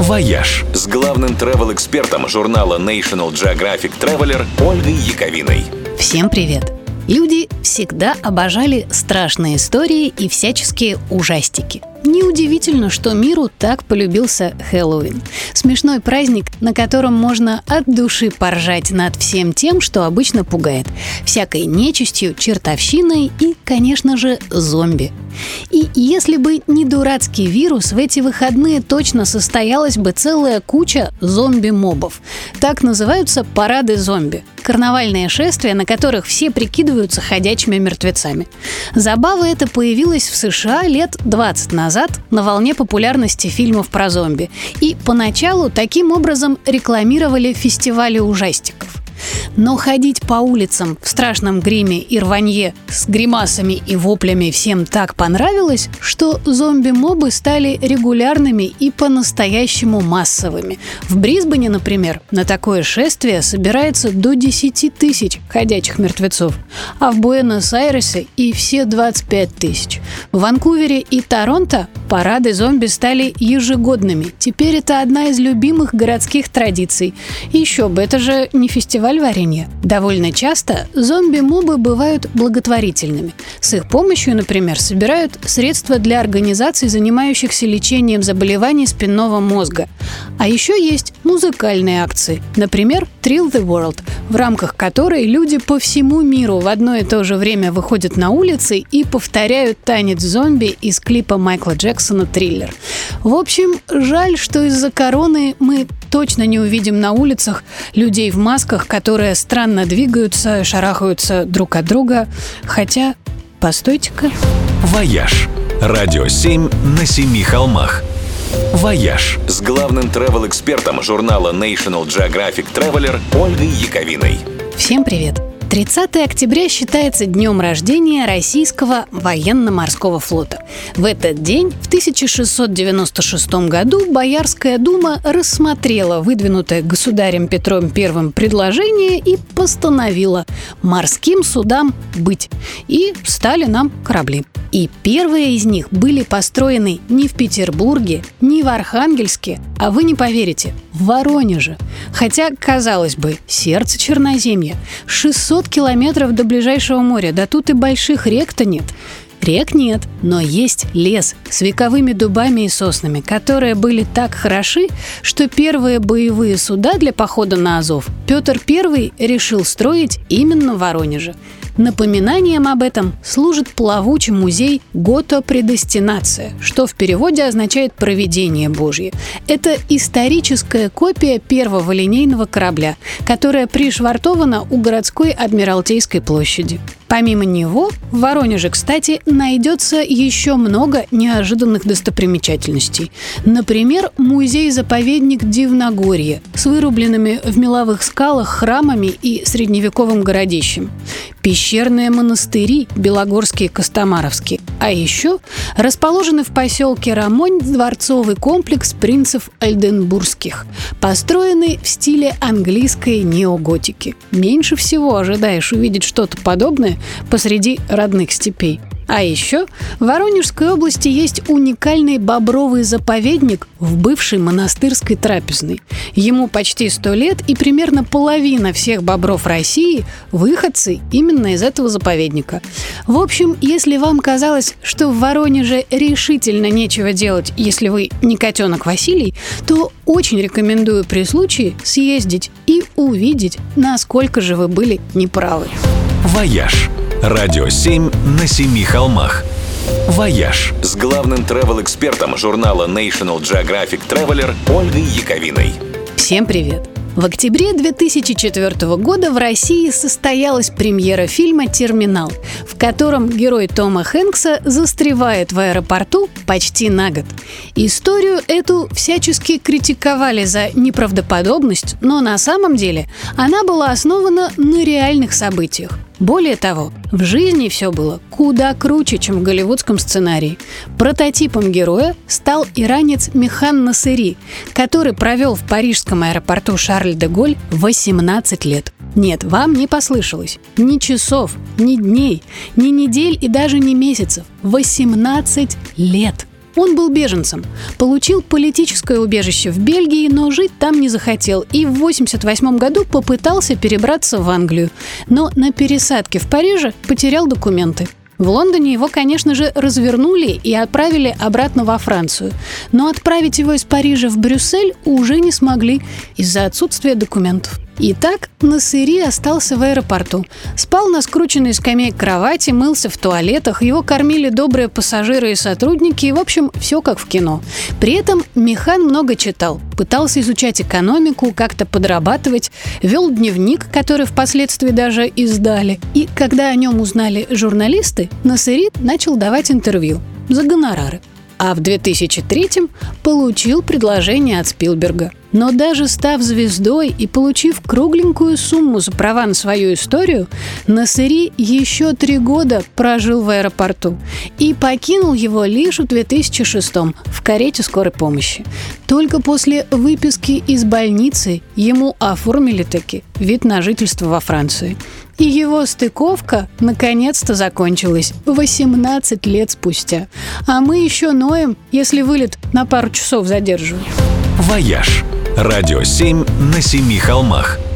«Вояж» с главным travel-экспертом журнала National Geographic Traveler Ольгой Яковиной. Всем привет! Люди всегда обожали страшные истории и всяческие ужастики. Неудивительно, что миру так полюбился Хэллоуин. Смешной праздник, на котором можно от души поржать над всем тем, что обычно пугает. Всякой нечистью, чертовщиной и, конечно же, зомби. И если бы не дурацкий вирус, в эти выходные точно состоялась бы целая куча зомби-мобов. Так называются парады зомби. Карнавальные шествия, на которых все прикидываются ходячими мертвецами. Забава эта появилась в США лет 20 назад на волне популярности фильмов про зомби. И поначалу таким образом рекламировали фестивали ужастиков. Но ходить по улицам в страшном гриме и рванье с гримасами и воплями всем так понравилось, что зомби-мобы стали регулярными и по-настоящему массовыми. В Брисбене, например, на такое шествие собирается до 10 тысяч ходячих мертвецов, а в Буэнос-Айресе и все 25 тысяч. В Ванкувере и Торонто парады зомби стали ежегодными. Теперь это одна из любимых городских традиций. Еще бы, это же не фестиваль варенья. Довольно часто зомби-мобы бывают благотворительными. С их помощью, например, собирают средства для организаций, занимающихся лечением заболеваний спинного мозга. А еще есть музыкальные акции. Например, Thrill the World, в рамках которой люди по всему миру в одно и то же время выходят на улицы и повторяют танец зомби из клипа Майкла Джексона «Триллер». В общем, жаль, что из-за короны мы точно не увидим на улицах людей в масках, которые странно двигаются, шарахаются друг от друга. Хотя, постойте-ка. «Вояж» – радио 7 на 7 холмах. «Вояж» с главным travel-экспертом журнала National Geographic Traveler Ольгой Яковиной. Всем привет! 30 октября считается днем рождения российского военно-морского флота. В этот день, в 1696 году, Боярская дума рассмотрела выдвинутое государем Петром I предложение и постановила морским судам быть. И стали нам корабли. И первые из них были построены не в Петербурге, не в Архангельске, а вы не поверите, в Воронеже. Хотя, казалось бы, сердце Черноземья, 600 километров до ближайшего моря, да тут и больших рек-то нет. Рек нет, но есть лес с вековыми дубами и соснами, которые были так хороши, что первые боевые суда для похода на Азов Петр I решил строить именно в Воронеже. Напоминанием об этом служит плавучий музей «Гото-предестинация», что в переводе означает «провидение Божье». Это историческая копия первого линейного корабля, которая пришвартована у городской Адмиралтейской площади. Помимо него, в Воронеже, кстати, найдется еще много неожиданных достопримечательностей. Например, музей-заповедник Дивногорье с вырубленными в меловых скалах храмами и средневековым городищем. Пещерные монастыри Белогорские и Костомаровские. А еще расположены в поселке Рамонь дворцовый комплекс принцев Ольденбургских, построенный в стиле английской неоготики. Меньше всего ожидаешь увидеть что-то подобное посреди родных степей. А еще в Воронежской области есть уникальный бобровый заповедник в бывшей монастырской трапезной. Ему почти 100 лет, и примерно половина всех бобров России – выходцы именно из этого заповедника. В общем, если вам казалось, что в Воронеже решительно нечего делать, если вы не котенок Василий, то очень рекомендую при случае съездить и увидеть, насколько же вы были неправы. «Вояж» – радио 7 на 7 холмах. «Вояж» с главным travel-экспертом журнала National Geographic Traveler Ольгой Яковиной. Всем привет! В октябре 2004 года в России состоялась премьера фильма «Терминал», в котором герой Тома Хэнкса застревает в аэропорту почти на год. Историю эту всячески критиковали за неправдоподобность, но на самом деле она была основана на реальных событиях. Более того, в жизни все было куда круче, чем в голливудском сценарии. Прототипом героя стал иранец Михан Насыри, который провел в парижском аэропорту Шарль-де-Голь 18 лет. Нет, вам не послышалось. Ни часов, ни дней, ни недель и даже не месяцев. 18 лет. Он был беженцем, получил политическое убежище в Бельгии, но жить там не захотел и в 1988 году попытался перебраться в Англию, но на пересадке в Париже потерял документы. В Лондоне его, конечно же, развернули и отправили обратно во Францию. Но отправить его из Парижа в Брюссель уже не смогли из-за отсутствия документов. Итак, Нассери остался в аэропорту. Спал на скрученной скамейке кровати, мылся в туалетах, его кормили добрые пассажиры и сотрудники, и, в общем, все как в кино. При этом Михан много читал, пытался изучать экономику, как-то подрабатывать, вел дневник, который впоследствии даже издали. И когда о нем узнали журналисты, Нассери начал давать интервью за гонорары. А в 2003-м получил предложение от Спилберга. Но даже став звездой и получив кругленькую сумму за права на свою историю, Нассери еще 3 года прожил в аэропорту и покинул его лишь в 2006-м в карете скорой помощи. Только после выписки из больницы ему оформили-таки вид на жительство во Франции. И его стыковка наконец-то закончилась 18 лет спустя. А мы еще ноем, если вылет на пару часов задерживают. «Вояж». Радио 7 на 7 холмах.